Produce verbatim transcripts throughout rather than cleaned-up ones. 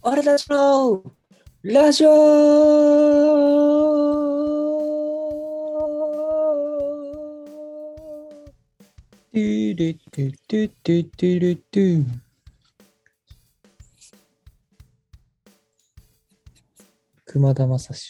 俺たちのラジオトゥルトゥトゥトゥトゥルトゥ熊田正史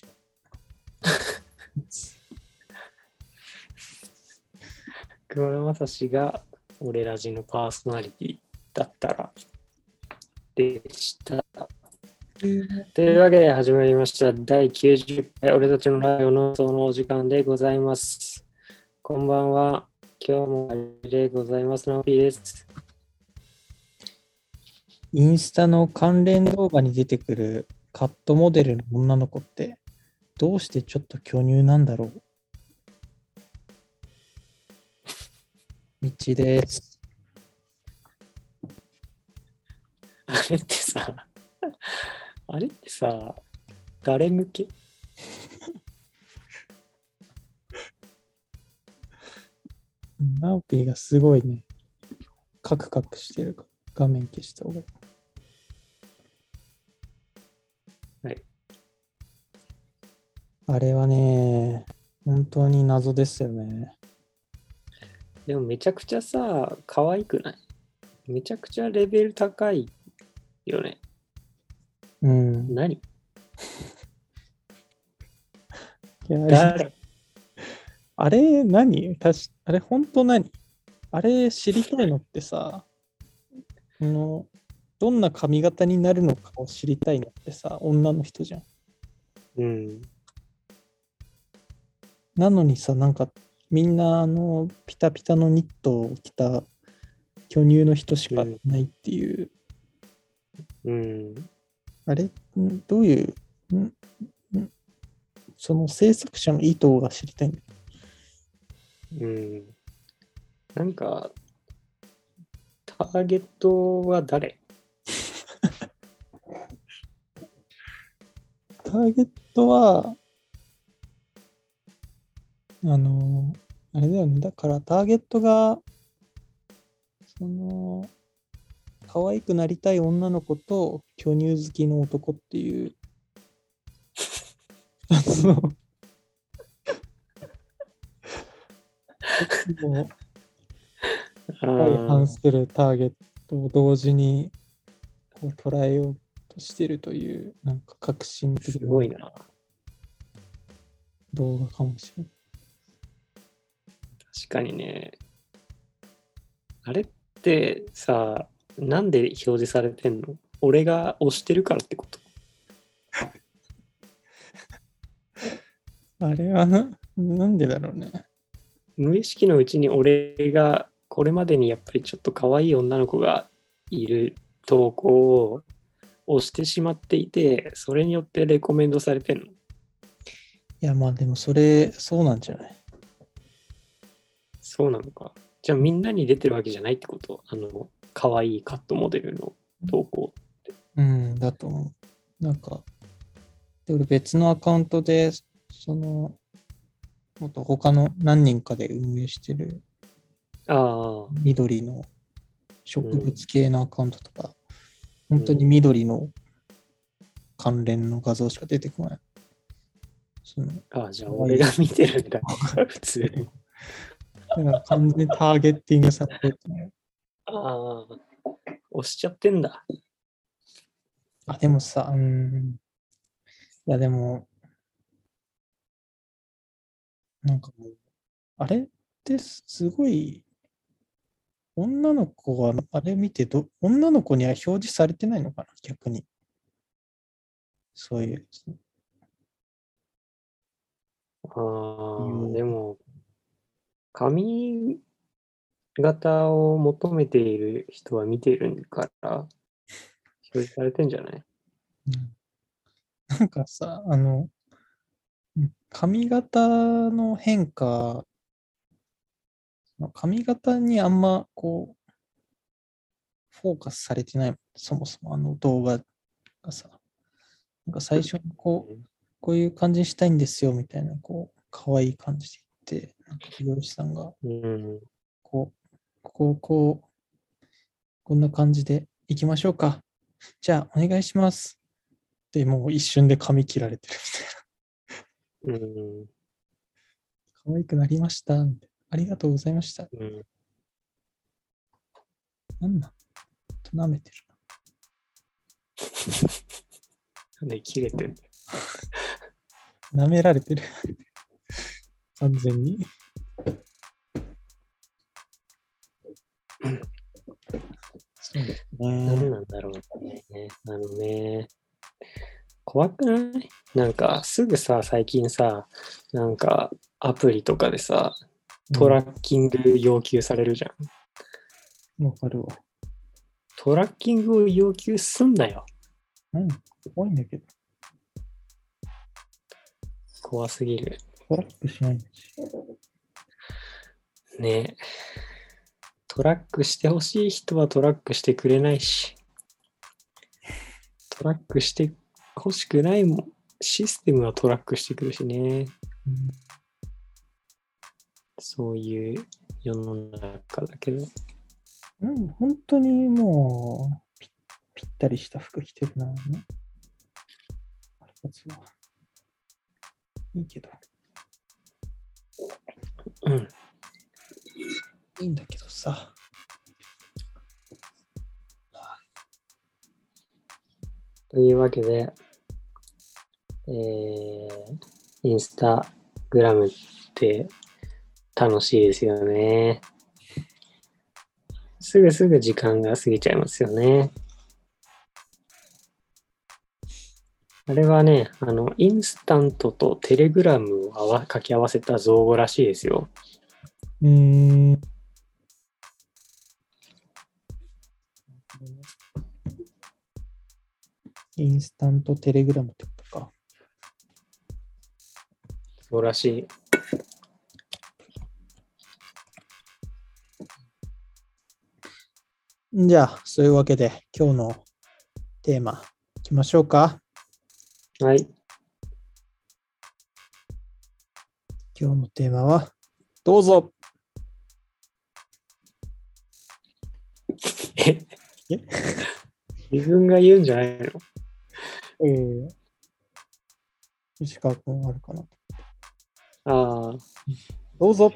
熊田正史が俺ラジのパーソナリティだったらでした。というわけで始まりましただいきゅうじゅっかい俺たちのラジオのそのお時間でございます。こんばんは。今日もあれでございます。のぴーです。 インスタの関連動画に出てくるカットモデルの女の子ってどうしてちょっと巨乳なんだろう。みちです。 あれってさ、あれってさ、誰向け？ ナオピーがすごいね、カクカクしてるから画面消した方がいい。 はい。 あれはね、本当に謎ですよね。 でもめちゃくちゃさ、可愛くない？めちゃくちゃレベル高いよね。 うん。 何？ いやあれ、 誰？ あれ何たしあれ本当何あれ知りたいのってさ、あの、どんな髪型になるのかを知りたいのってさ、女の人じゃん。 うん。 なのにさ、なんかみんなあのピタピタのニットを着た巨乳の人しかいないっていう、 うん。 あれんどういう、んんその制作者の意図が知りたいんだよ。 うん。なんか、ターゲットは誰？ ターゲットは、あの、あれだよね。だからターゲットが、その、可愛くなりたい女の子と巨乳好きの男っていう二つのも相反するターゲットを同時にこう捉えようとしてるという、なんか革新的すごいな。 動画かもしれない。 確かにね。あれってさ、なんで表示されてんの？俺が押してるからってこと？ あれはな、なんでだろうね。 無意識のうちに俺がこれまでにやっぱりちょっと可愛い女の子がいる投稿を押してしまっていて、それによってレコメンドされてんの？ いや、まあでもそれ、そうなんじゃない？ そうなのか。じゃあみんなに出てるわけじゃないってこと？あの、可愛いカットモデルの投稿。 うん、だと思う。なんか、で俺別のアカウントで、その、もっと他の何人かで運営してるああ。 緑の植物系のアカウントとか、 うん、 本当に緑の関連の画像しか出てこない。そのああ、じゃあ俺が見てるんだ。普通に。 だから完全にターゲッティングされてる。 ああ、押しちゃってんだ。 あ、でもさ、うん。いやでも、なんかもう、あれってすごい、女の子はあれ見てど、女の子には表示されてないのかな、逆に。そういう。 ああ、でも、髪型を求めている人は見ているから、表示されてんじゃない？ うん、なんかさ、あの、髪型の変化、髪型にあんまこう、フォーカスされてない、そもそもあの動画がさ、なんか最初にこう、こういう感じにしたいんですよみたいな、こう、可愛い感じで言って、なんか美容師さんが、 うん。 こう、こう、こう、こんな感じで行きましょうか。じゃあ、お願いします。 でもう一瞬で髪切られてるみたいな。 うん。 可愛くなりました。ありがとうございました。 うん。 なんなんと舐めてるなんで切れてんだよ。 な。舐められてる。完全に。そうですね。 何なんだろうね。あのね、怖くない？なんかすぐさ、最近さ、なんかアプリとかでさ、トラッキング要求されるじゃん。 わ、うん、かるわ。 トラッキングを要求すんなよ。 うん、怖いんだけど。 怖すぎる。 トラックしないんだし。 ねえ。トラックしてほしい人はトラックしてくれないし、トラックしてほしくないもん。システムはトラックしてくるしね。 うん、 そういう世の中だけど。 うん、本当にもうぴ、ぴったりした服着てるな。ね、あれたちは。いいけど。 うん。 いいんだけどさ。 というわけで、えー、インスタグラムって楽しいですよね。すぐすぐ時間が過ぎちゃいますよね。あれはね、あの、インスタントとテレグラムを合わ掛け合わせた造語らしいですよ。 うーん。インスタントテレグラムってことか。 そうらしい。じゃあ、そういうわけで、今日のテーマ、いきましょうか。 はい。 今日のテーマは、どうぞ。 ええ自分が言うんじゃないの？ えー、石川君あるかな。 ああ、 どうぞ。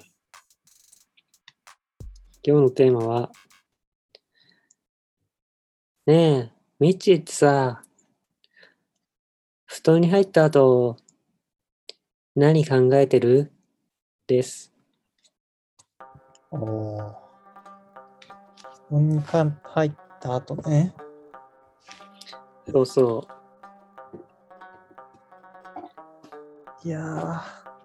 今日のテーマは、ねえ、ミッチーってさ、布団に入った後、何考えてる？です。 おー。布団に入った後ね。 そうそいやー、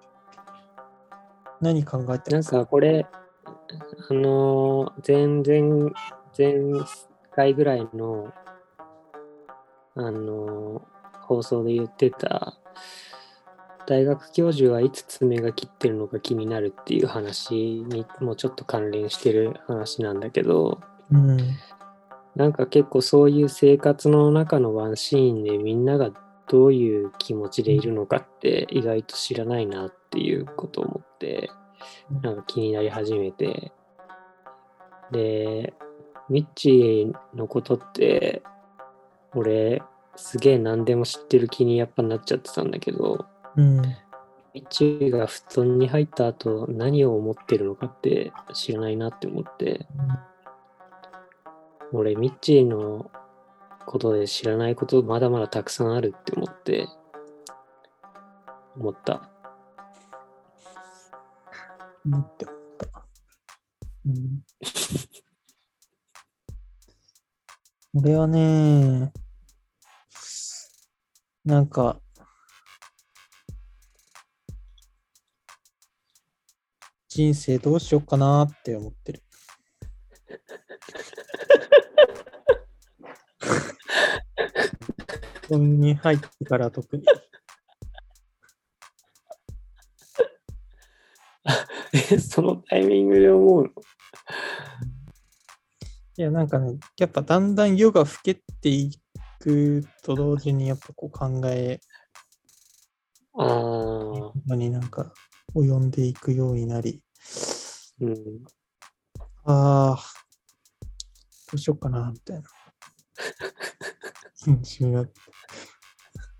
何考えてう。なんますか？ かこれ、あのー、前々、前回ぐらいの、あのー、放送で言ってた、大学教授はいつ爪が切ってるのか気になるっていう話にもちょっと関連してる話なんだけど、 うん。 なんか結構そういう生活の中のワンシーンでみんながどういう気持ちでいるのかって意外と知らないなっていうことを思って、なんか気になり始めて、で、ミッチーのことって俺すげえ何でも知ってる気にやっぱなっちゃってたんだけど、 うん。 ミッチーが布団に入った後何を思ってるのかって知らないなって思って、俺ミッチーのことで知らないことまだまだたくさんあるって思って思った。 思って思った。うん、俺はね、なんか、人生どうしようかなって思ってる。布団に入ってから特に。 え、そのタイミングで思うの？ いや、なんかね、やっぱだんだん夜が更けていくと同時に、やっぱこう考えああ、 のになんか及んでいくようになり、 うん。 ああ、どうしようかな、みたいな。気持ちになって。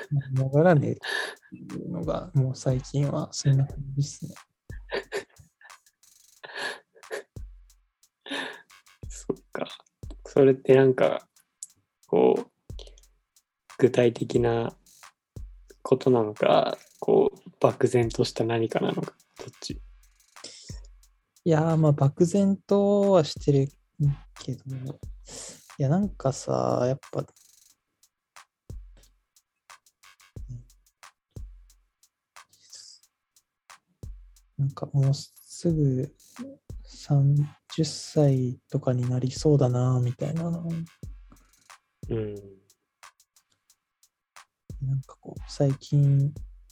ながらねっていうのが、もう最近はそんな感じですね。 そっか。それってなんか、こう、具体的なことなのか、こう、漠然とした何かなのか、どっち？ いやー、まあ、漠然とはしてるけど、いや、なんかさ、やっぱ、なんかもうすぐさんじゅっさいとかになりそうだな、みたいな、なんうん。 かこう、最近、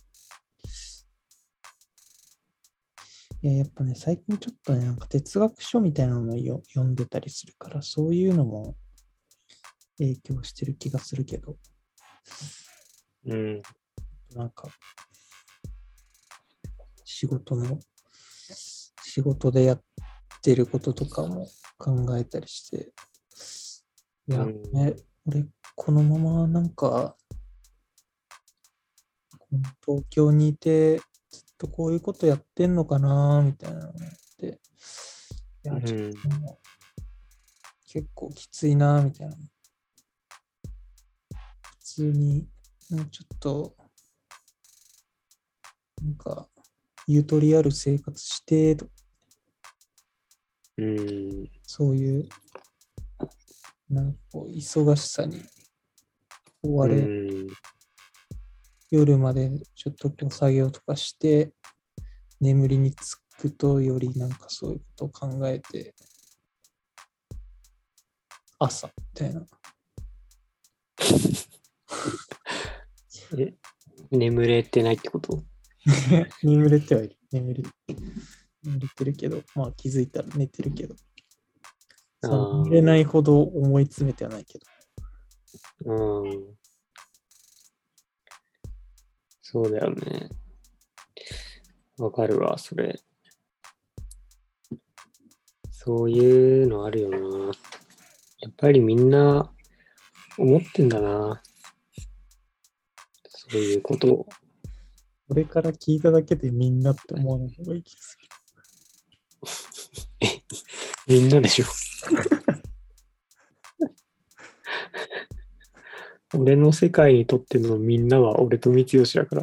いや、やっぱね、最近ちょっとね、なんか哲学書みたいなのをよ読んでたりするから、そういうのも影響してる気がするけど、 うん。 なんか仕事の、仕事でやってることとかも考えたりして、いや、 うん。 ね、俺、このままなんか、東京にいて、ずっとこういうことやってんのかな、みたいなのを思って、いや、ちょうん。 っともう結構きついな、みたいな。普通に、もうちょっと、なんか、ゆとりある生活してと、 うん。 そういう、なんかこう、忙しさに追うわれ、 ん。 夜までちょっとこう作業とかして、眠りにつくと、よりなんかそういうことを考えて、朝みたいな。 え、眠れてないってこと？ 眠れてはいる。眠れ、眠れてるけど、まあ気づいたら寝てるけど、 あその眠れなあ。 いほど思い詰めてはないけど。 うん。そうだよね。わかるわ、それ。そういうのあるよな。やっぱりみんな思ってんだな。そういうことを。 これから聞いただけでみんなって思わない方がいい気がすみんなでしょ。俺の世界にとってのみんなは俺と三吉だから。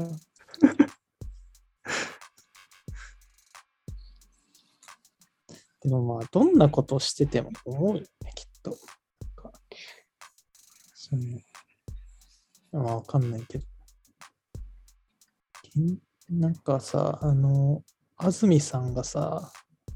る。でもまあ、どんなことをしてても思うよね、きっと。なんかそのまあ、わかんないけど。けんなんかさ、あの、安住さんがさ、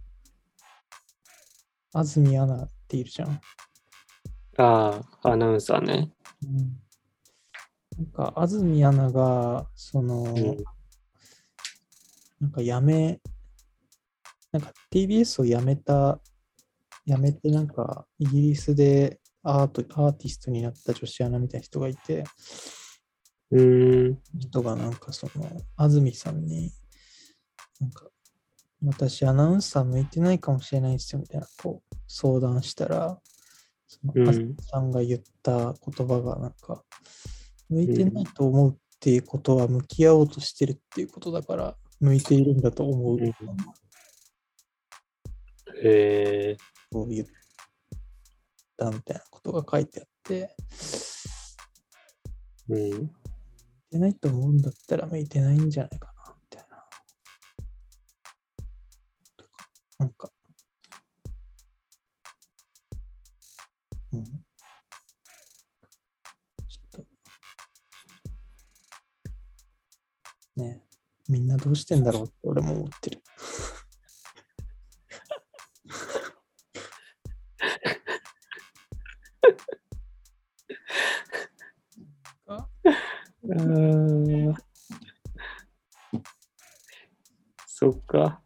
安住アナっているじゃん。 ああ、アナウンサーね。 うん、なんか、安住アナが、その、 うん。 なんか辞め、なんか ティービーエス を辞めた、辞めてなんかイギリスでアート、アーティストになった女子アナみたいな人がいて、 うーん。 人がなんかその、安住さんに、なんか、私アナウンサー向いてないかもしれないですよみたいな、こう、相談したら、その安住うん。 さんが言った言葉がなんか、向いてないうん。 と思うっていうことは向き合おうとしてるっていうことだから、向いているんだと思ううん。へえ。 と言ったみたいなことが書いてあって、 うん。 向いてないと思うんだったら向いてないんじゃないかな、みたいな。なんか、うん、ちょっとね、みんなどうしてんだろうって俺も思ってる。ああー、そっか。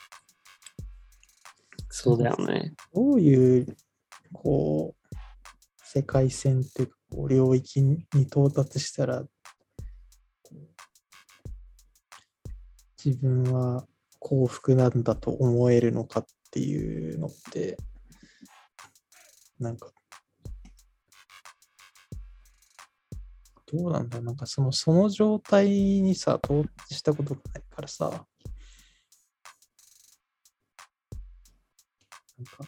そうだよね。 どういう、こう、世界線っていうか、こう領域に到達したら、自分は幸福なんだと思えるのかっていうのって、なんか、 どうなんだろう、なんかその、その状態にさ、到達したことがないからさ、なんか、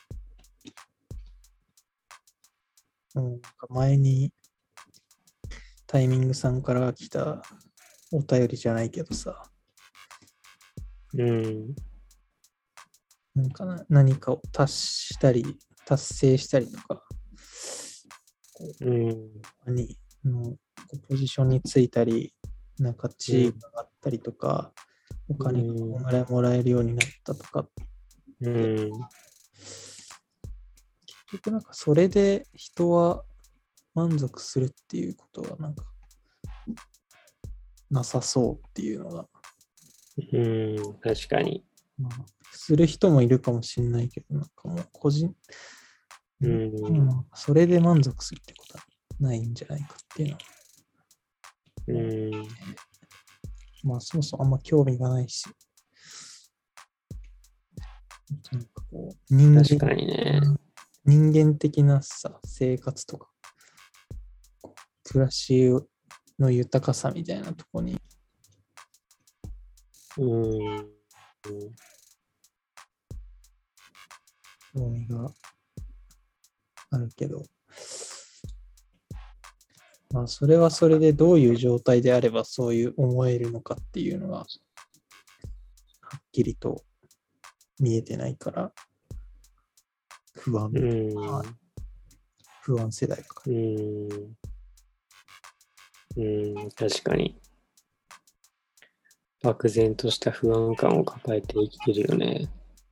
うん、なんか前にタイミングさんから来たお便りじゃないけどさ、 うん。 なんかな何かを達したり、達成したりとか、 うん。 にのこうポジションについたり、なんか地位が上がったりとか、お金がこんぐらいもらえるようになったとか、 うん。 結局なんかそれで人は満足するっていうことはなんかなさそうっていうのが、 うん。確かに。 まあ、する人もいるかもしれないけど、なんかもう個人、 うん。 うんそれで満足するってことはないんじゃないかっていうのは、 うん。 まあそもそもあんま興味がないし、なんかこう人間確かにね。 人間的なさ、生活とか、暮らしの豊かさみたいなところにうん。 興味があるけど、まあそれはそれでどういう状態であればそういう思えるのかっていうのがはっきりと見えてないから不安、 うん。 不安世代か。 うん。うん。確かに。漠然とした不安感を抱えて生きてるよね。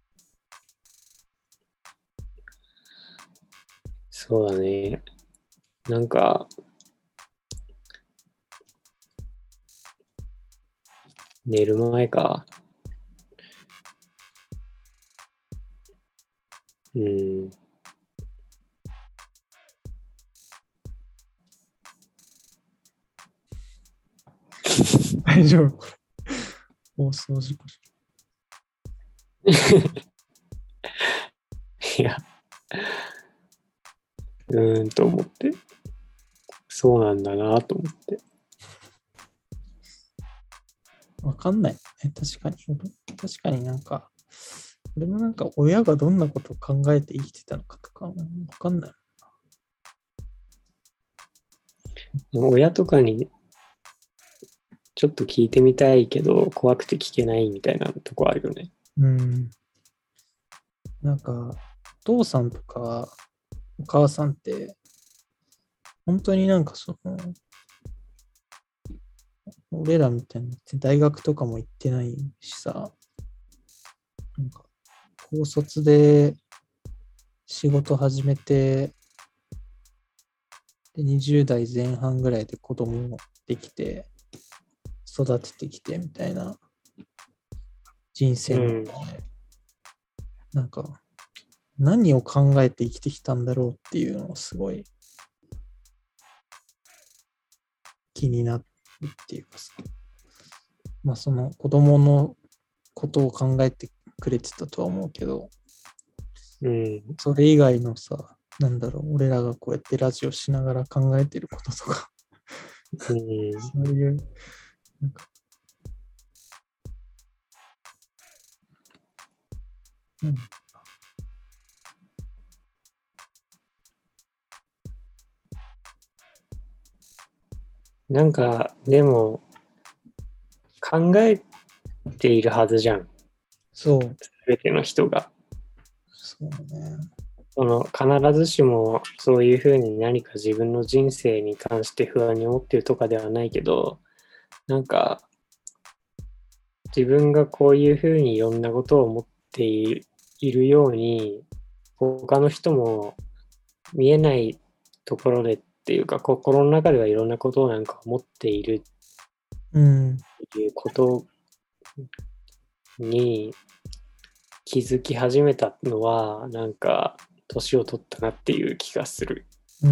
そうだね。なんか、寝る前か。うん。 大丈夫。放送事故。 いや、うーんと思って。そうなんだなと思って。 わかんない、ね。確かに。確かになんか、俺もなんか親がどんなことを考えて生きてたのかとかわかんない。 でも親とかにちょっと聞いてみたいけど怖くて聞けないみたいなとこあるよね。 うん。なんか、お父さんとかお母さんって、本当になんかその、俺らみたいに大学とかも行ってないしさ、なんか、高卒で仕事始めて、でにじゅう代前半ぐらいで子供もできて、育ててきてみたいな人生の中で、うん、なんか、何を考えて生きてきたんだろうっていうのをすごい気になるっていうかさ、まあその子供のことを考えてくれてたとは思うけど、 うん、 それ以外のさ、なんだろう、俺らがこうやってラジオしながら考えてることとか、 うん、 そういう、なんか、うん、 なんかでも考えているはずじゃん。 そう。 すべての人が。 そうね。 その必ずしもそういうふうに何か自分の人生に関して不安に思っているとかではないけど、なんか自分がこういうふうにいろんなことを思っているように、他の人も見えないところでっていうか、心の中ではいろんなことをなんか思っているうん。 っていうことに気づき始めたのは、なんか年を取ったなっていう気がする。 うん。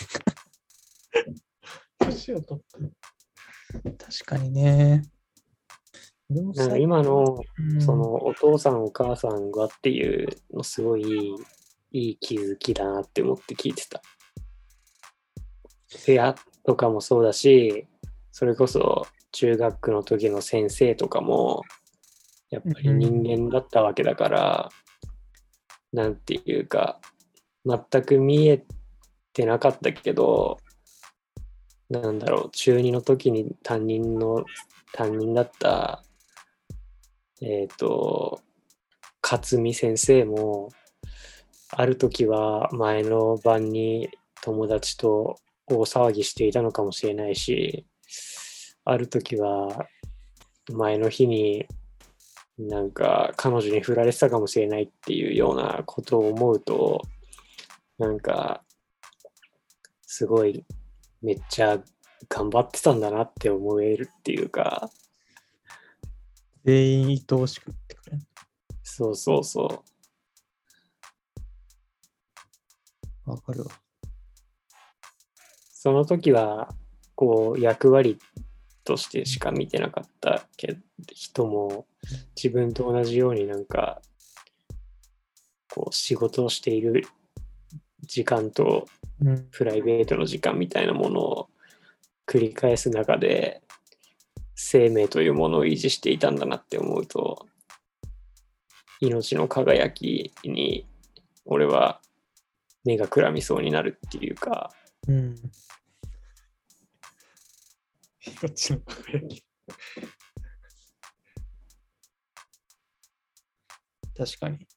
年を取った。確かにね。 なんか今の、 うん、 そのお父さんお母さんがっていうのすごいいい、いい気づきだなって思って聞いてた。で、やっとかもそうだし、それこそ中学の時の先生とかもやっぱり人間だったわけだから、うん、なんていうか全く見えてなかったけど、なんだろう、中にの時に担任の担任だったえっと勝美先生もある時は前の晩に友達と大騒ぎしていたのかもしれないし、ある時は前の日になんか彼女に振られてたかもしれないっていうようなことを思うと、なんかすごいめっちゃ頑張ってたんだなって思えるっていうか、 全員愛おしくってくれる。 そうそうそう。 わかるわ。 その時はこう役割としてしか見てなかったけど人も自分と同じようになんかこう仕事をしている時間とプライベートの時間みたいなものを繰り返す中で生命というものを維持していたんだなって思うと、命の輝きに俺は目がくらみそうになるっていうか、 うん、命の輝き確かに。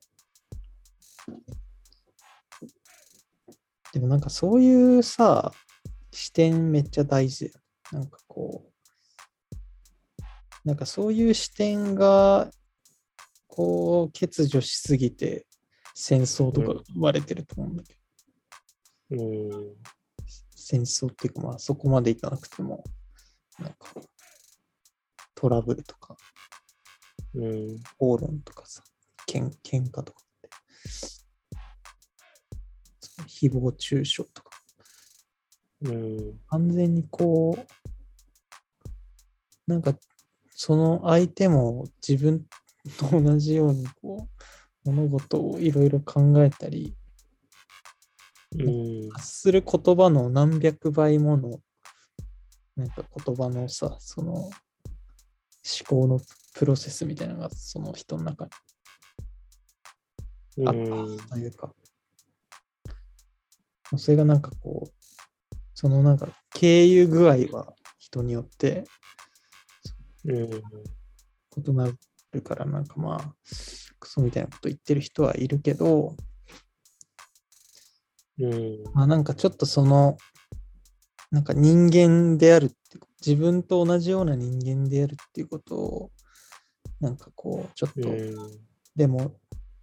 でもなんかそういうさ、視点めっちゃ大事だよ。なんかこう、なんかそういう視点が、こう、欠如しすぎて、戦争とか生まれてると思うんだけど。うん。 戦争っていうか、まあそこまでいかなくても、なんか、トラブルとか、 うん、 口論とかさ、けん喧嘩とかって、誹謗中傷とか、 うん、 完全にこう、なんかその相手も自分と同じようにこう物事をいろいろ考えたり、 うん、 発する言葉の何百倍ものなんか言葉のさ、その思考のプロセスみたいなのがその人の中にあったというか、うん、それがなんかこう、そのなんか経由具合は人によって異なるから、なんかまあ、クソみたいなこと言ってる人はいるけど、 うん、 まあなんかちょっとその、なんか人間であるって、自分と同じような人間であるっていうことを、なんかこう、ちょっと、でも、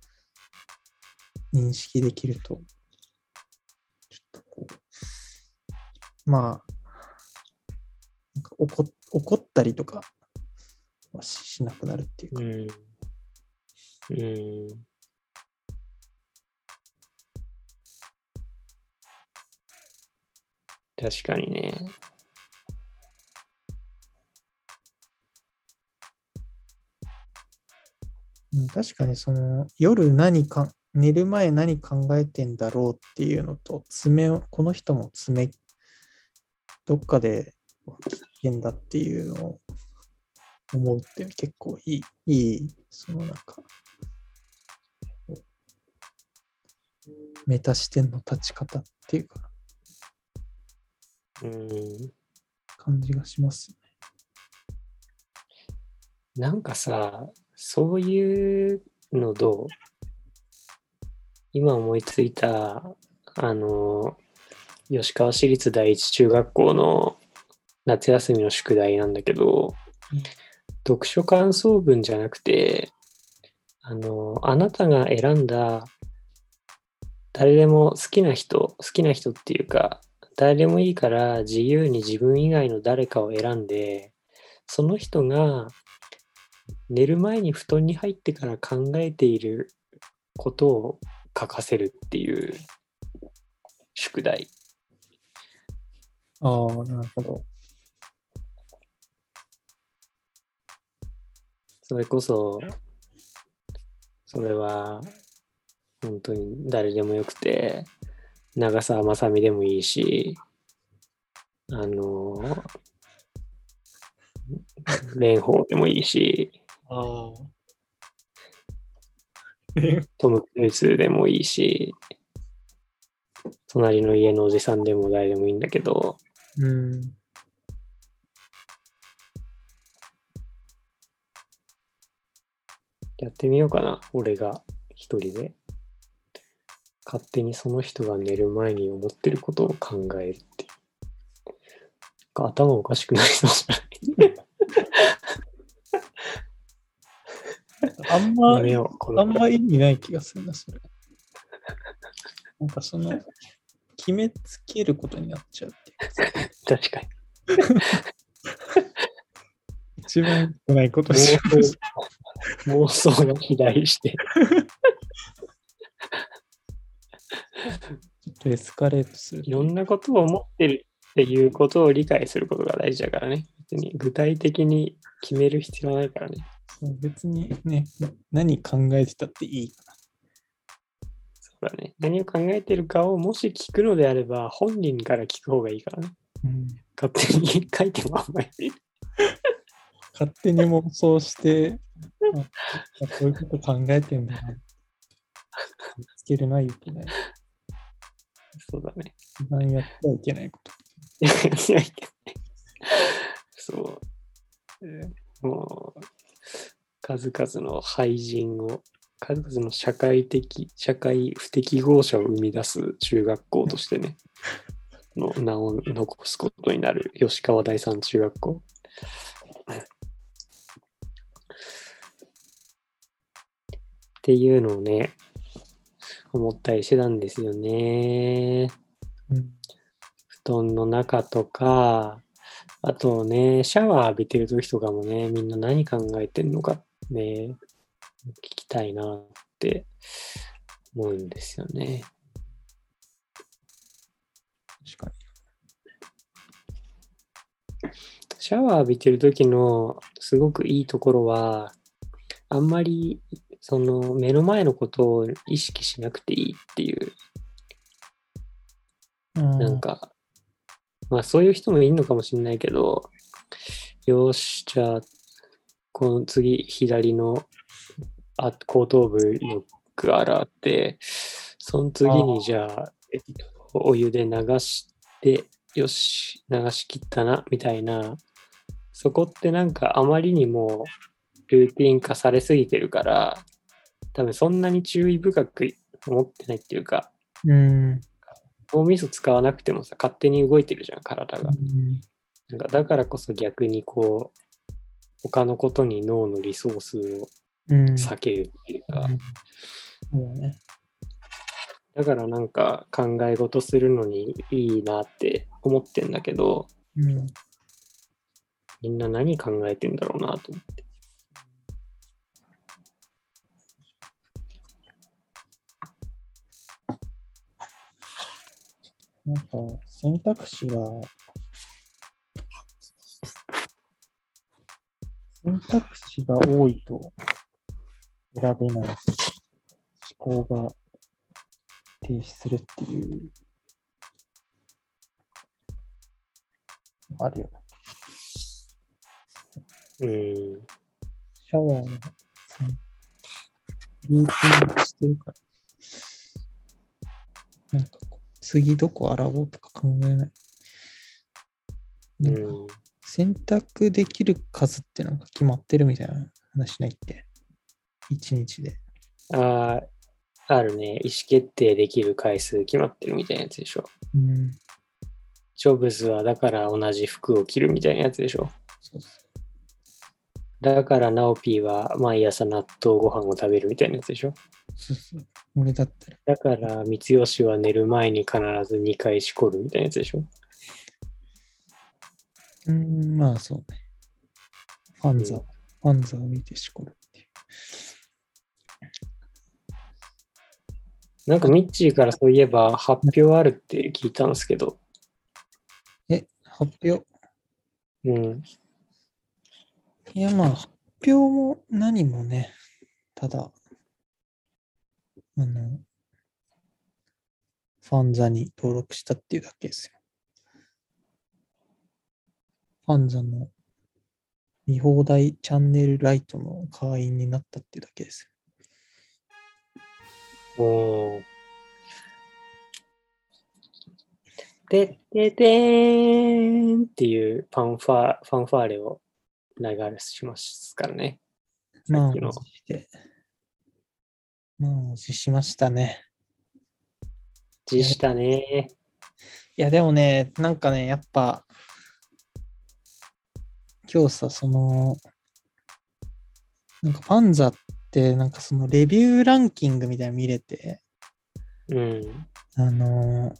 認識できると、ちょっとこう、まあ、なんか怒怒ったりとかはしなくなるっていうか。 うん。うん。確かにね。 確かにその夜何か寝る前何考えてんだろうっていうのと爪をこの人も爪どっかで危険だっていうのを思うって結構いいいいそのなんかメタ視点の立ち方っていうかうん感じがしますね。 なんかさ、そういうのどう？今思いついた、あの、吉川市立第一中学校の夏休みの宿題なんだけど、うん、読書感想文じゃなくて、あの、あなたが選んだ誰でも好きな人、好きな人っていうか、誰でもいいから自由に自分以外の誰かを選んで、その人が寝る前に布団に入ってから考えていることを書かせるっていう宿題。 ああ、なるほど。 それこそ、それは本当に誰でもよくて、長澤まさみでもいいし、 あの、蓮舫でもいいし、 ああ。 トム・クルーズでもいいし、隣の家のおじさんでも誰でもいいんだけど、 うん。 やってみようかな、俺が一人で。勝手にその人が寝る前に思ってることを考えるっていう。頭おかしくなりそうじゃないあんま、 やめよう、このあんま意味ない気がするな、それ。なんかその、決めつけることになっちゃうっていうか。 確かに。 一番良くないことし妄想妄想が肥大して。 ちょっとエスカレートする。 いろんなことを思ってるっていうことを理解することが大事だからね。別に具体的に決める必要はないからね。 そう別にね、何考えてたっていいかそうだね。何を考えてるかをもし聞くのであれば、本人から聞く方がいいからね。 ら。うん、 勝手に書いてもあんまり。 勝手に妄想して、あこういうこと考えてんだな。見つけるのはいけない。 そうだね。 一番やってはいけないこと。 いやいやいやそう。えーもう、数々の廃人を、数々の社会的、社会不適合者を生み出す中学校としてね、の名を残すことになる吉川第三中学校。っていうのをね、思ったりしてたんですよね。 うん布団の中とか、あとね、シャワー浴びてる時とかもね、みんな何考えてんのかね、聞きたいなって思うんですよね。 確かシャワー浴びてる時のすごくいいところは、あんまりその目の前のことを意識しなくていいっていう、 に。 なんか、まあそういう人もいるのかもしれないけど、よし、じゃあ、この次、左のあ後頭部よく洗って、その次にじゃあ、えっとお湯で流して、よし、流し切ったな、みたいな、そこってなんかあまりにもルーティン化されすぎてるから、多分そんなに注意深く思ってないっていうか、 うん。 脳みそ使わなくてもさ、勝手に動いてるじゃん、体が。 うんなんかだからこそ逆にこう、他のことに脳のリソースをうん。 避けるっていうか、 そうだね。 だからなんか考え事するのにいいなって思ってんだけど、 うん。 みんな何考えてんだろうなと思って。 なんか選択肢が、選択肢が多いと選べない思考が停止するっていう、あるよね。 うん。 シャワーのルーティン化してるから、なんかこう次どこ洗おうとか考えない。なんかうん。 選択できる数ってなんか決まってるみたいな話ないって。一日で。 ああ、あるね。意思決定できる回数決まってるみたいなやつでしょ。 うん。 ジョブズはだから同じ服を着るみたいなやつでしょ。 そうそだからナオピーは毎朝納豆ご飯を食べるみたいなやつでしょ。 うそうそう俺だったら。 だから三吉は寝る前に必ずにかいしこるみたいなやつでしょ。 うん、まあそうね。ファンザ、 うんファンザを見てしこるっていう。 なんかミッチーからそういえば発表あるって聞いたんですけど。 え、発表うん。 いやまあ、発表も何もね、ただ、あの、ファンザに登録したっていうだけですよ。 ファンザの見放題チャンネルライトの会員になったっていうだけですおー。てっててーんっていうパンファー、ファンファーレを流しますからね。 よ。まあ、 さっきのして、まあ、しましたね。 字したね。 いや、でもね、なんかね、やっぱ、今日さ、その、なんかファンザって、なんかそのレビューランキングみたいなの見れて、 うん。 あの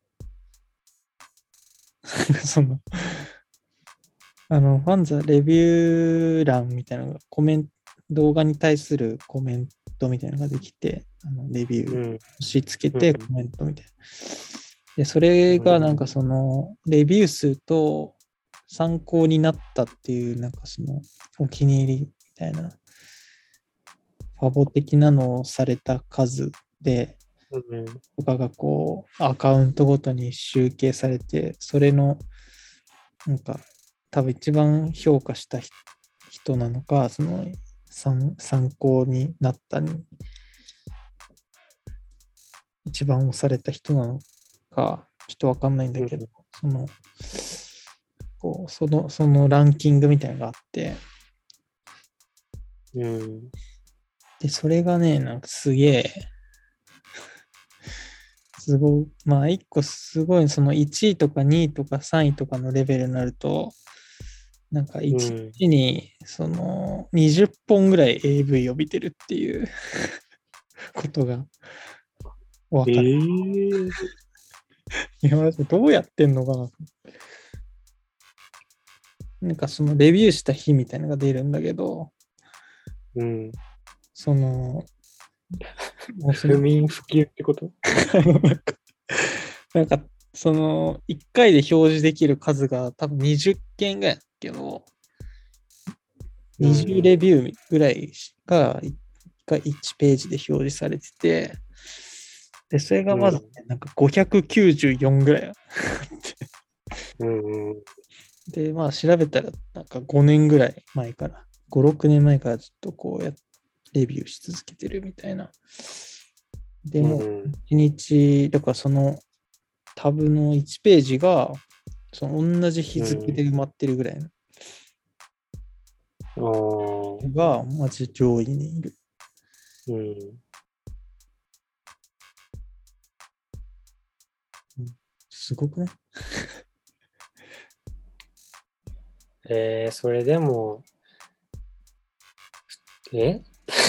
ーその、あの、ファンザレビュー欄みたいなのが、コメント、動画に対するコメントみたいなのができて、あのレビュー、 うん。 押し付けてうんコメントみたいな。で、それがなんかその、レビュー数と参考になったっていう、なんかその、お気に入りみたいな、ファボ的なのをされた数で、 うん。 とかがこう、アカウントごとに集計されて、それの、なんか、多分一番評価した人なのか、その参参考になったに、一番押された人なのか、ちょっとわかんないんだけど、その、こう、その、そのランキングみたいなのがあって、 うん。 で、それがね、なんかすげえ、すごい、まあ、一個すごい、そのいちいとかにいとかさんいとかのレベルになると、なんかう一ん。 日にそのにじゅっぽんぐらい エーブイ を見てるっていうことがわえかる。 ー、 いや、マジでどうやってんのかな。なんかそのレビューした日みたいなのが出るんだけど、 うん。 その、もうその、 不眠不休ってこと？ なんかそのいっかいで表示できる数が多分にじゅっけんぐらいだけど、にじゅうレビューぐらいがいちページで表示されてて、で、それがまず、ね、なんかごひゃくきゅうじゅうよんぐらいあって。 うん。うん。 で、まあ調べたら、なんかごねんぐらい前から、ご、ろくねんまえからずっとこうやってレビューし続けてるみたいな。でも、いちにち、だからそのタブのいちページが、その同じ日付で埋まってるぐらいのが、マジ上位にいる。 うん。 すごくね。 えー、それでも、え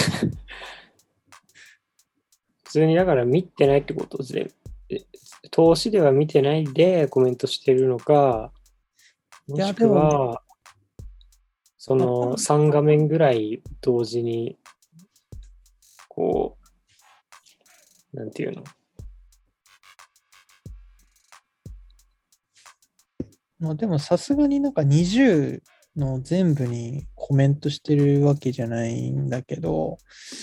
普通にだから見てないってことで、投資では見てないでコメントしてるのか、もしくは、そのさん画面ぐらい同時に、こう、なんていうの？ まあでもさすがになんかにじゅうの全部にコメントしてるわけじゃないんだけど、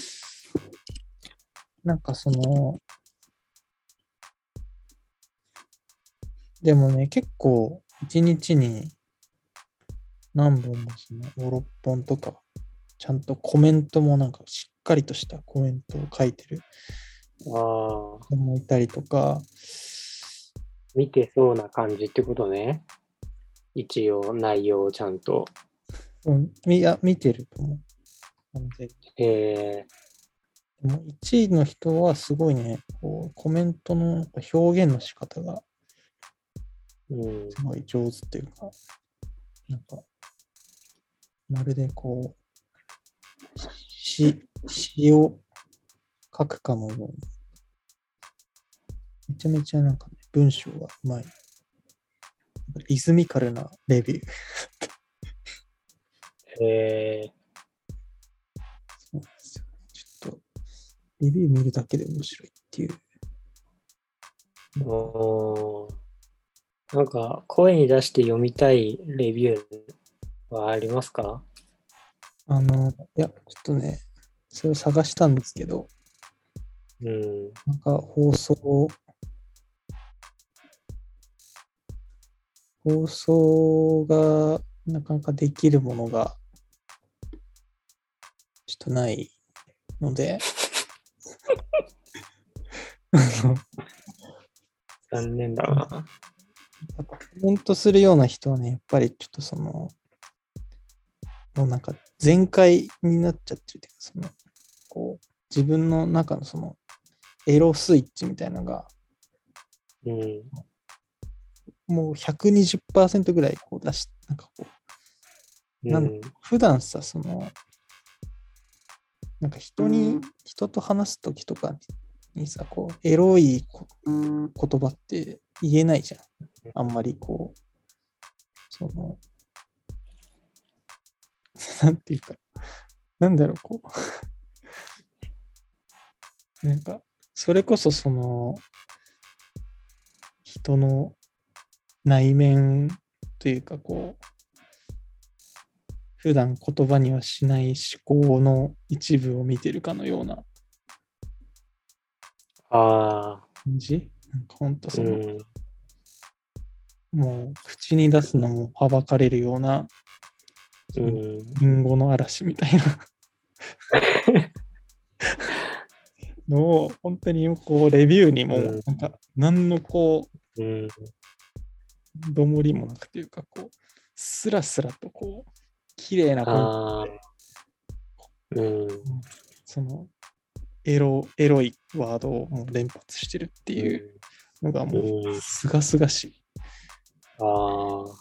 なんかその、でもね、結構いちにちに何本もそのご、ろっぽんとか、ちゃんとコメントもなんかしっかりとしたコメントを書いてるああ、 人もいたりとか、 見てそうな感じってことね。一応内容をちゃんと。 うん、いや、見てると思う。完全に。 えでもいちいの人はすごいね、こうコメントの表現の仕方がー、うん。 すごい上手っていうか、なんか、まるでこう、詩、詩を書くかのように、めちゃめちゃなんかね、文章がうまい。リズミカルなレビュー。 えそうなんですよ。ちょっと、レビュー見るだけで面白いっていう。 ー、おー、なんか声に出して読みたいレビューはありますか？ あの、いや、ちょっとね、それを探したんですけど、 うん。 なんか放送、放放送がなかなかできるものがちょっとないので残念だな。 コメントするような人はね、やっぱりちょっとその、もうなんか全開になっちゃってるというか、その、こう、自分の中のその、エロスイッチみたいなのが、 うん、 もう ひゃくにじゅっパーセント ぐらいこう出し、なんかこう、なんうん、 普段さ、その、なんか人に、人と話すときとかにさ、こう、エロいこ言葉って言えないじゃん。あんまりこう、その、なんていうか、なんだろう、こう、なんか、それこそその、人の内面というか、こう、普段言葉にはしない思考の一部を見てるかのようなああ、 感じ。なんかほんとその、 うん、 もう口に出すのもはばかれるような、 うそのん、 リンゴの嵐みたいなのを、本当にこう、レビューにも、 うん、 なんか、何のこうん、 う、どもりもなくというか、こう、スラスラとこう、綺麗なコメントああ、うん、 で、その、エロ、エロいワードをもう連発してるっていうのがもう、 うん、 すがすがしい。 ああ、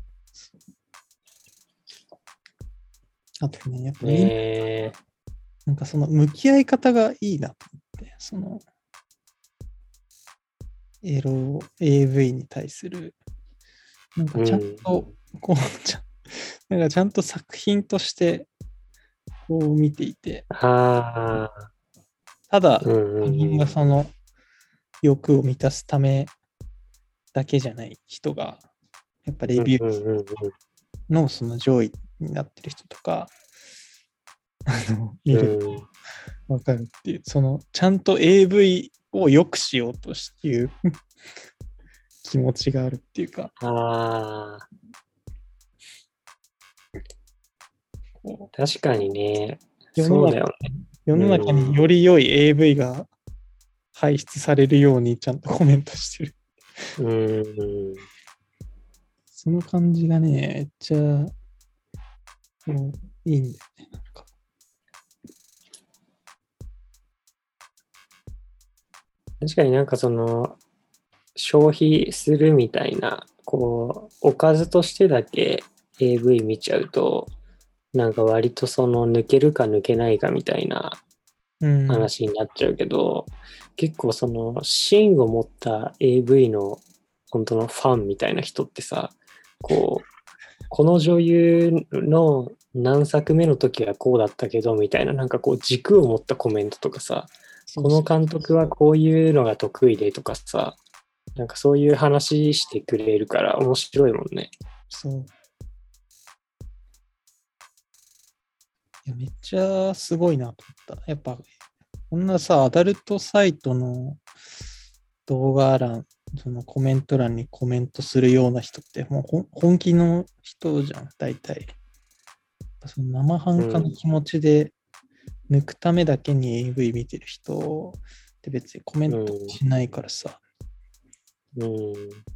あとね、やっぱみんな、 ねえ、 なんかその向き合い方がいいなと思って、その、エロ エーブイ に対する、なんかちゃんと、こう、ちゃなんかちゃんと作品としてこう見ていて、 ああ、 ただうん、 他人うん、 がその欲を満たすためだけじゃない人が、やっぱレうん、 ビューうん、うん、 のその上位になってる人とか、あの見るうん、 とわかるっていう、そのちゃんと エーブイ を良くしようとしていう気持ちがあるっていうか、 ああ、 こう確かにね、 世の中そうだよね。 世の中により良い エーブイ が排出されるようにちゃんとコメントしてる。 うん、 その感じがね、めっちゃもういいんだよね。なんか確かになんかその、消費するみたいな、こう、おかずとしてだけ エーブイ 見ちゃうと、なんか割とその抜けるか抜けないかみたいなうん、 話になっちゃうけど、結構その芯を持った エーブイ の本当のファンみたいな人ってさ、こう、この女優の何作目の時はこうだったけどみたいな、なんかこう軸を持ったコメントとかさ、このそうそう監督はこういうのが得意でとかさ、なんかそういう話してくれるから面白いもんね。 そう。いや、めっちゃすごいなと思った。やっぱ、こんなさ、アダルトサイトの動画欄、そのコメント欄にコメントするような人って、もう本気の人じゃん、大体。その生半可な気持ちで抜くためだけに エーブイ 見てる人って別にコメントしないからさ、 うん。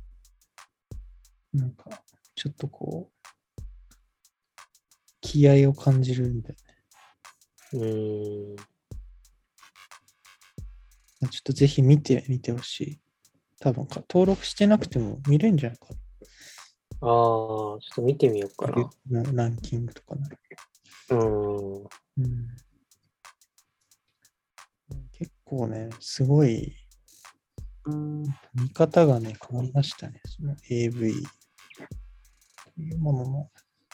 なんか、ちょっとこう、気合を感じるんだようん。 ね。ちょっとぜひ見てみてほしい。多分か、登録してなくても見れるんじゃないかああ、ちょっと見てみようかな。 な。ランキングとかなら。 うん。 うん、結構ね、すごい、見方がね、変わりましたね。その エーブイ というものの。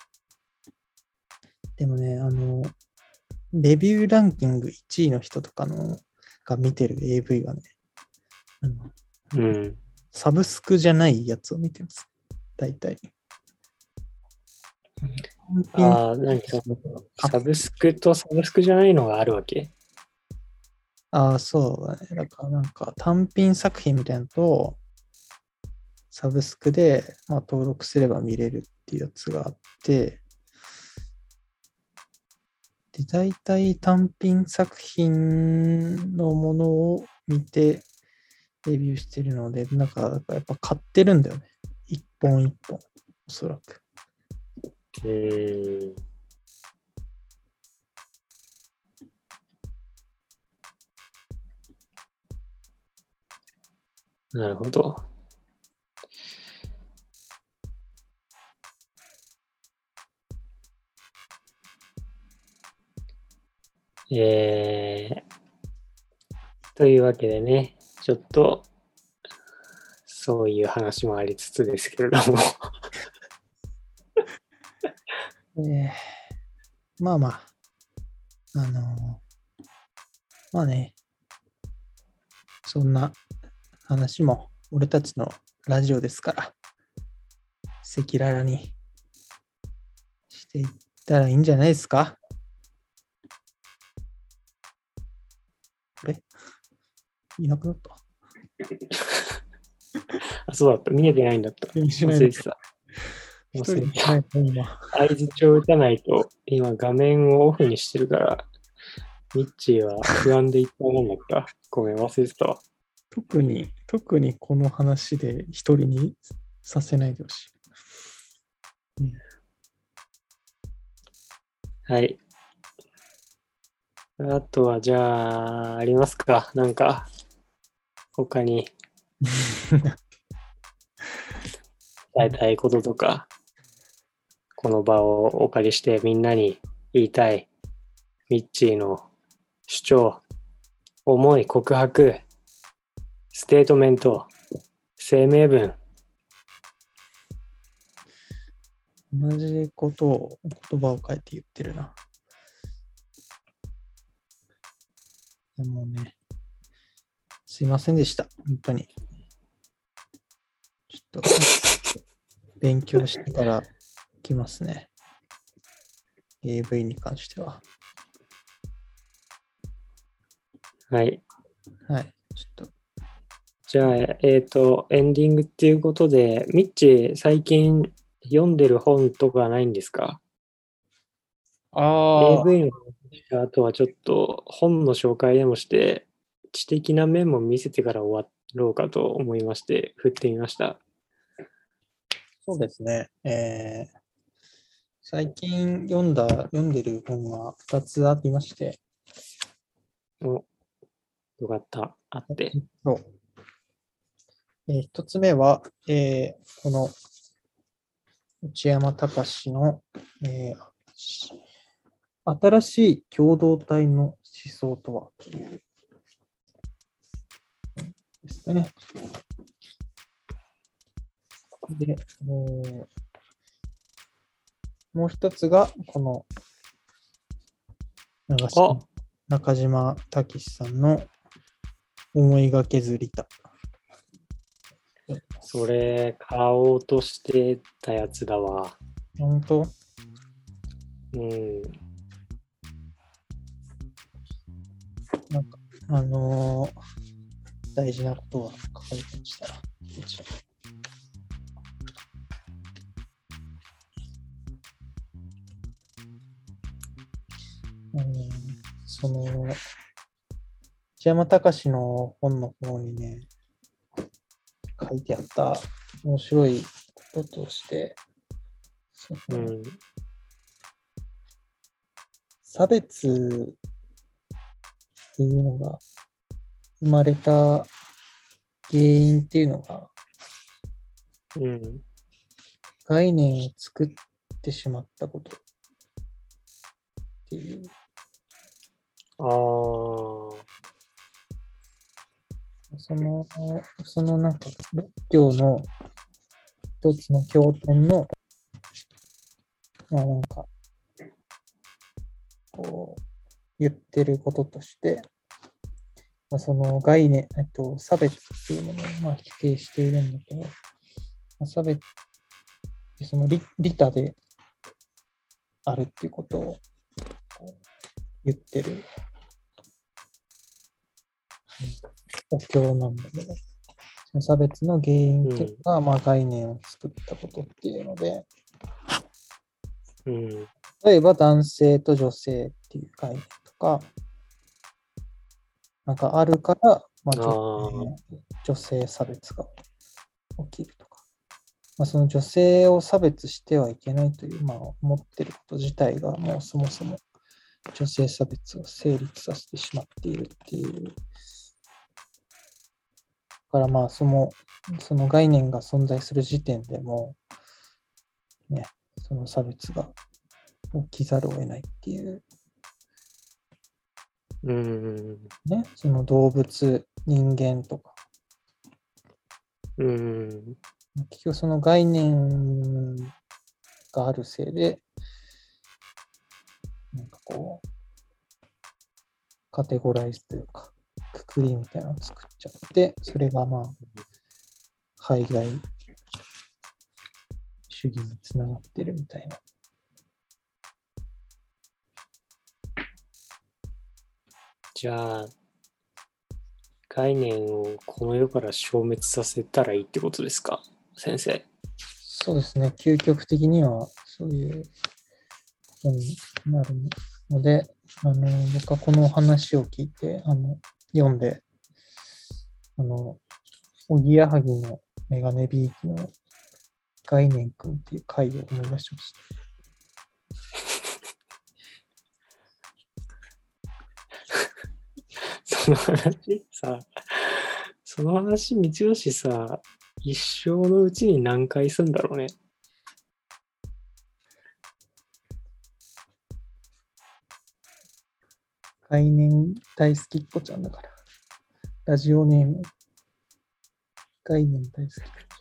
でもね、あの、レビューランキングいちいの人とかのが見てる エーブイ はね、あのうん。 サブスクじゃないやつを見てます。大体。 ああ、何その、サブスクとサブスクじゃないのがあるわけ？ ああ、そうだね。だからなんか単品作品みたいなのと、 サブスクで、まあ、登録すれば見れるっていうやつがあって、で、大体単品作品のものを見てレビューしてるので、なんかやっぱ買ってるんだよね。一本一本、おそらく。 うーん。なるほど。えー、というわけでね、ちょっと、そういう話もありつつですけれども。 えー、まあまあ、あのーまあね、そんな話も俺たちのラジオですから、赤裸々にしていったらいいんじゃないですか。あれいなくなった。 あ、そうだった。見えてないんだった。忘れてた。 一人でないと今。 相づちを打たないと、今画面をオフにしてるから、ミッチーは不安でいっぱいなんだった。ごめん、忘れてたわ。 特に、特にこの話で一人にさせないでほしい。うん、 はい。あとは、じゃあ、ありますか？なんか、他に伝えたいこととか、この場をお借りしてみんなに言いたい、ミッチーの主張、思い、告白、ステートメント、声明文。 同じことを言葉を変えて言ってるな。でもね、すいませんでした。本当に。ちょっと勉強してから来ますね。エーブイ に関しては。 はい。 はい。ちょっと。 じゃあ、えっと、エンディングっていうことで、ミッチー、最近読んでる本とかないんですか？ あエーブイ の話した後はちょっと本の紹介でもして、知的な面も見せてから終わろうかと思いまして、振ってみました。 そうですね。えー、最近読んだ、読んでる本はふたつありまして。 お、よかった。あって。 そうえー、ひとつめは、えー、この内山隆の、えー、新しい共同体の思想とはというですね。で、えー、もう一つが、この長島中島武さんの思いがけずりた。 それ、買おうとしてたやつだわ。 本当？ うん。 なんか、あのー、大事なことは書かれてましたら、こちら。うん、その、内山隆の本の方にね、書いてあった面白いこととして、 うん、 差別っていうのが生まれた原因っていうのが、 うん、 概念を作ってしまったことっていう。 ああ。 その、そのなんか、仏教の一つの経典の、まあなんか、こう、言ってることとして、まあ、その概念、えっと、差別っていうものをまあ否定しているんだけど、まあ、差別、その利利他であるっていうことを言ってるお経なんだけど、 その差別の原因っていうのが、うん、まあ概念を作ったことっていうので、 うん、 例えば男性と女性っていう概念とか、なんかあるから、まあ、女性、女性差別が起きるとか、まあ、その女性を差別してはいけないという、まあ、思っていること自体が、もうそもそも女性差別を成立させてしまっているっていう。だからまあ、その、その概念が存在する時点でも、ね、その差別が起きざるを得ないっていう。 うんね、その動物、人間とか。 うん、 結局その概念があるせいで、なんかこう、カテゴライズというか、くくりみたいなのを作っちゃって、それがまあ、排外主義につながってるみたいな。 じゃあ、概念をこの世から消滅させたらいいってことですか、先生。 そうですね。究極的にはそういうことになるので、あの僕はこの話を聞いてあの読んで、あの、おぎやはぎのメガネビーキの概念くんっていう回を思い出しました。 その話さ、その話、三吉さ、一生のうちに何回するんだろうね。 概念大好きっ子ちゃんだから。ラジオネーム、概念大好き。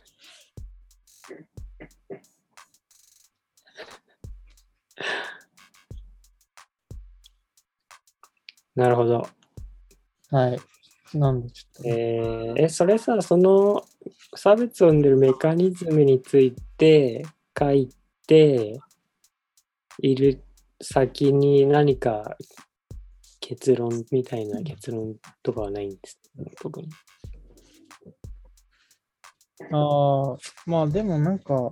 なるほど。 はい。なんでちょっと、 えー、え、それさ、その差別を生んでるメカニズムについて書いている先に何か結論みたいな結論とかはないんです、特に。 ああ、まあでもなんか、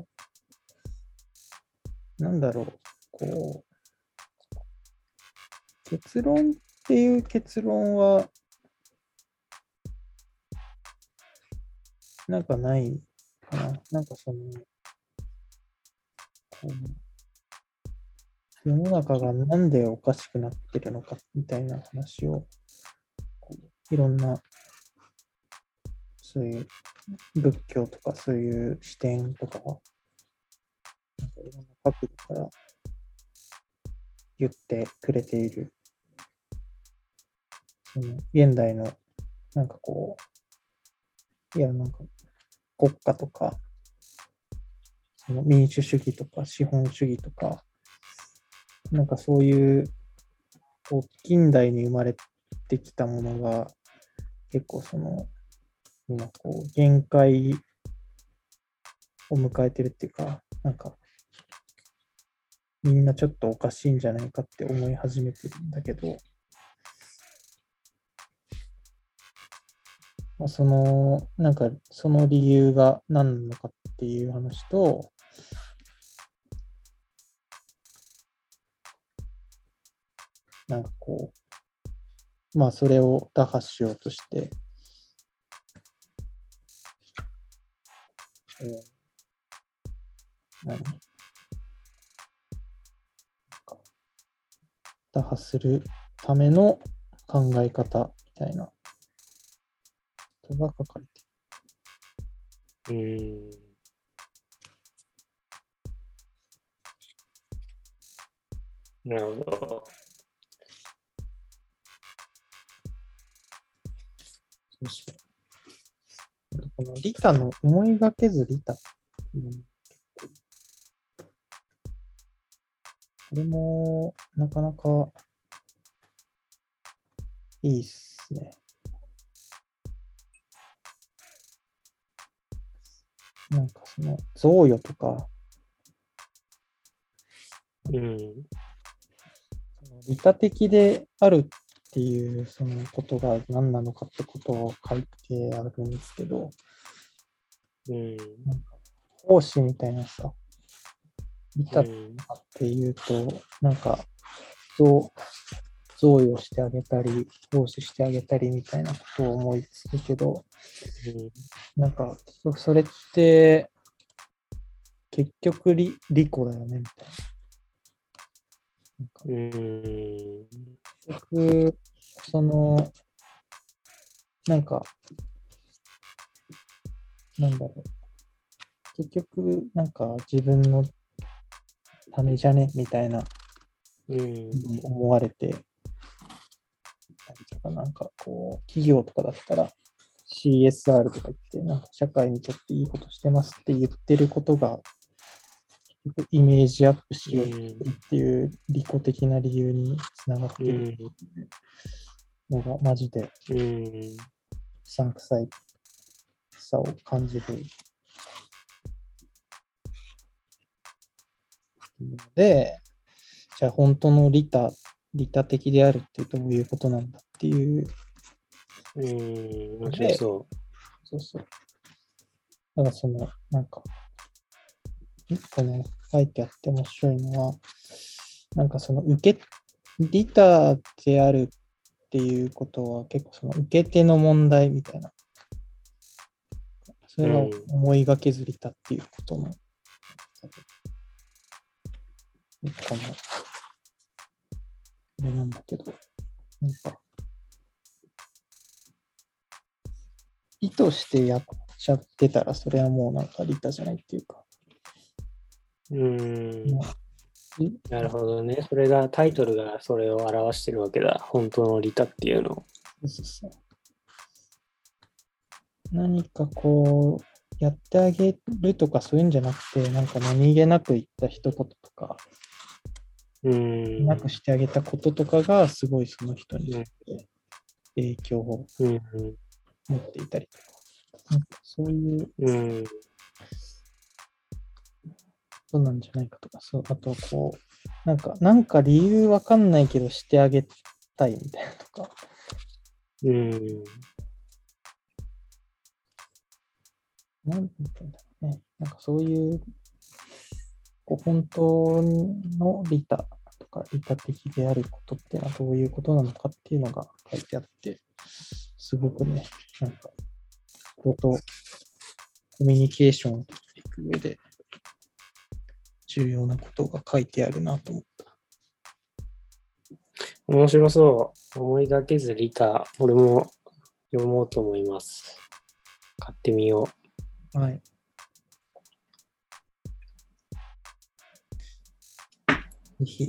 なんだろう、こう、結論っていう結論は、なんかないかな。なんかその、こう世の中がなんでおかしくなってるのかみたいな話を、こういろんな、そういう仏教とかそういう視点とかは、なんかいろんな角度から言ってくれている、その現代の、なんかこう、いや、なんか国家とか、その民主主義とか資本主義とか、なんかそういうこう近代に生まれてきたものが結構その今こう限界を迎えてるっていうか、なんかみんなちょっとおかしいんじゃないかって思い始めてるんだけど、まあ、そのなんかその理由が何なのかっていう話と、なんかこう、まあそれを打破しようとして、えー、何打破するための考え方みたいなことが書かれている。うーん。なるほど。 そうそう。この利他の思いがけず利他、うん、これもなかなかいいっすね。なんかその贈与とか、 うん、 利他的であるっていうそのことが何なのかってことを書いてあるんですけど、 うん。 なんか奉仕みたいなさ、リタっうんていうと、なんか、贈贈与してあげたり、奉仕してあげたりみたいなことを思いつくけど、 うんなんか、そそれって、結局利、利己だよね、みたいな。なんかうん結局、その、なんか、なんだろう。結局、なんか自分のためじゃねみたいなうん思われてたりとか、なんかこう、企業とかだったら シーエスアール とか言って、なんか社会にとっていいことしてますって言ってることが、結局イメージアップしようっていう利己的な理由につながってるのが、マジでうんうさんくさいさを感じるので、じゃあ本当の利他、利他的であるってどういうことなんだっていううん面ので、 白そそうそう。だからその、なんか、この書いてあって面白いのは、なんかその受け、利他であるっていうことは結構その受け手の問題みたいな。それが思いがけず利他っていうことの、一個の、あれなんだけど、なんか、意図してやっちゃってたら、それはもうなんか利他じゃないっていうか。 う。うんまあなるほどね。それがタイトルがそれを表してるわけだ。本当の利他っていうのを。 そうそう何かこう、やってあげるとかそういうんじゃなくて、なんか何気なく言った一言とか、 うんなくしてあげたこととかが、すごいその人にとって影響をうん持っていたりとか、なんかそういううんことなんじゃないかとか、そう、あとこう、なんか、なんか理由わかんないけどしてあげたいみたいなとか、 うんなんて言うんだろうね。なんかそういう、こう本当の利他とか、利他的であることっていうのはどういうことなのかっていうのが書いてあって、すごくね、なんか、人とコミュニケーションを取っていく上で、重要なことが書いてあるなと思った。 面白そう。思いがけず利他。俺も読もうと思います。買ってみよはい。ぜひ、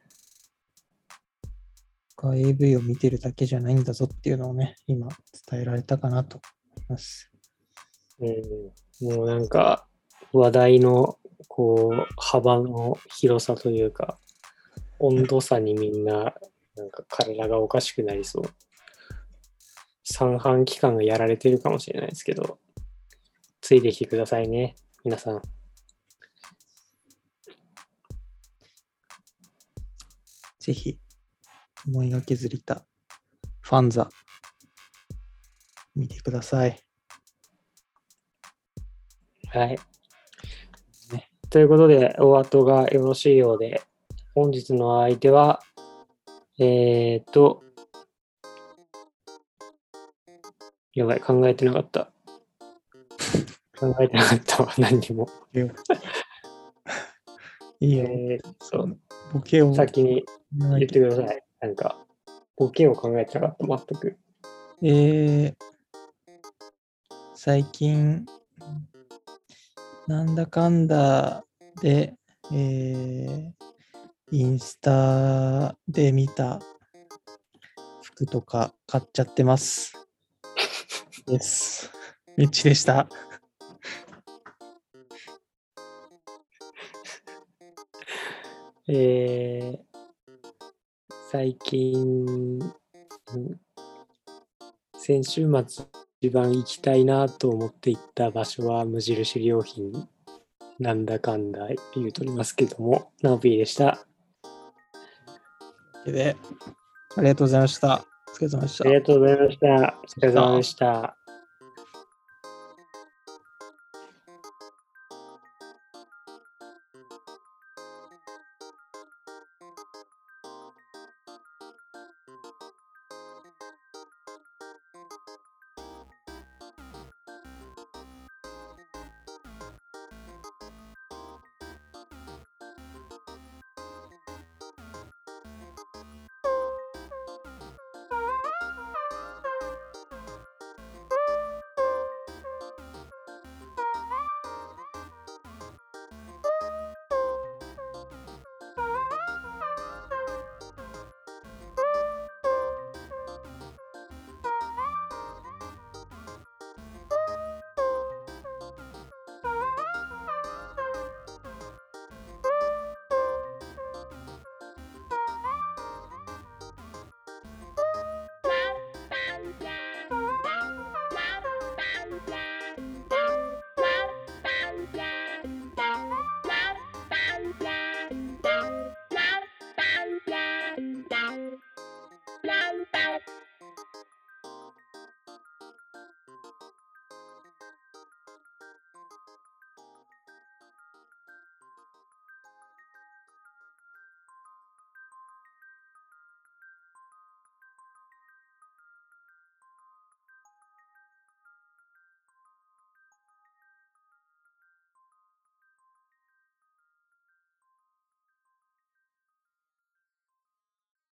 エーブイ を見てるだけじゃないんだぞっていうのをね、今伝えられたかなと思います。 う。うん、もうなんか話題のこう幅の広さというか、温度差にみんななんか体がおかしくなりそう。三半規管がやられてるかもしれないですけど、ついてきてくださいね、皆さん。 ぜひ、思いがけずりたファンザ、見てください。 はい。ね、ということで、お後がよろしいようで、本日の相手は、えー、っと、やばい、考えてなかった。考えてなかったわ、何にも。 いいよ。 えー、そうボケを先に言ってください。なんか、ボケを考えてなかった、全く。 えー、最近、なんだかんだで、えー、インスタで見た服とか買っちゃってます。です。みっちでした。 えー、最近、先週末一番行きたいなと思って行った場所は無印良品なんだかんだ言うとりますけども、ナオピーでした。 で、ありがとうございました。お疲れ様でした。 ありがとうございました。お疲れ様でした。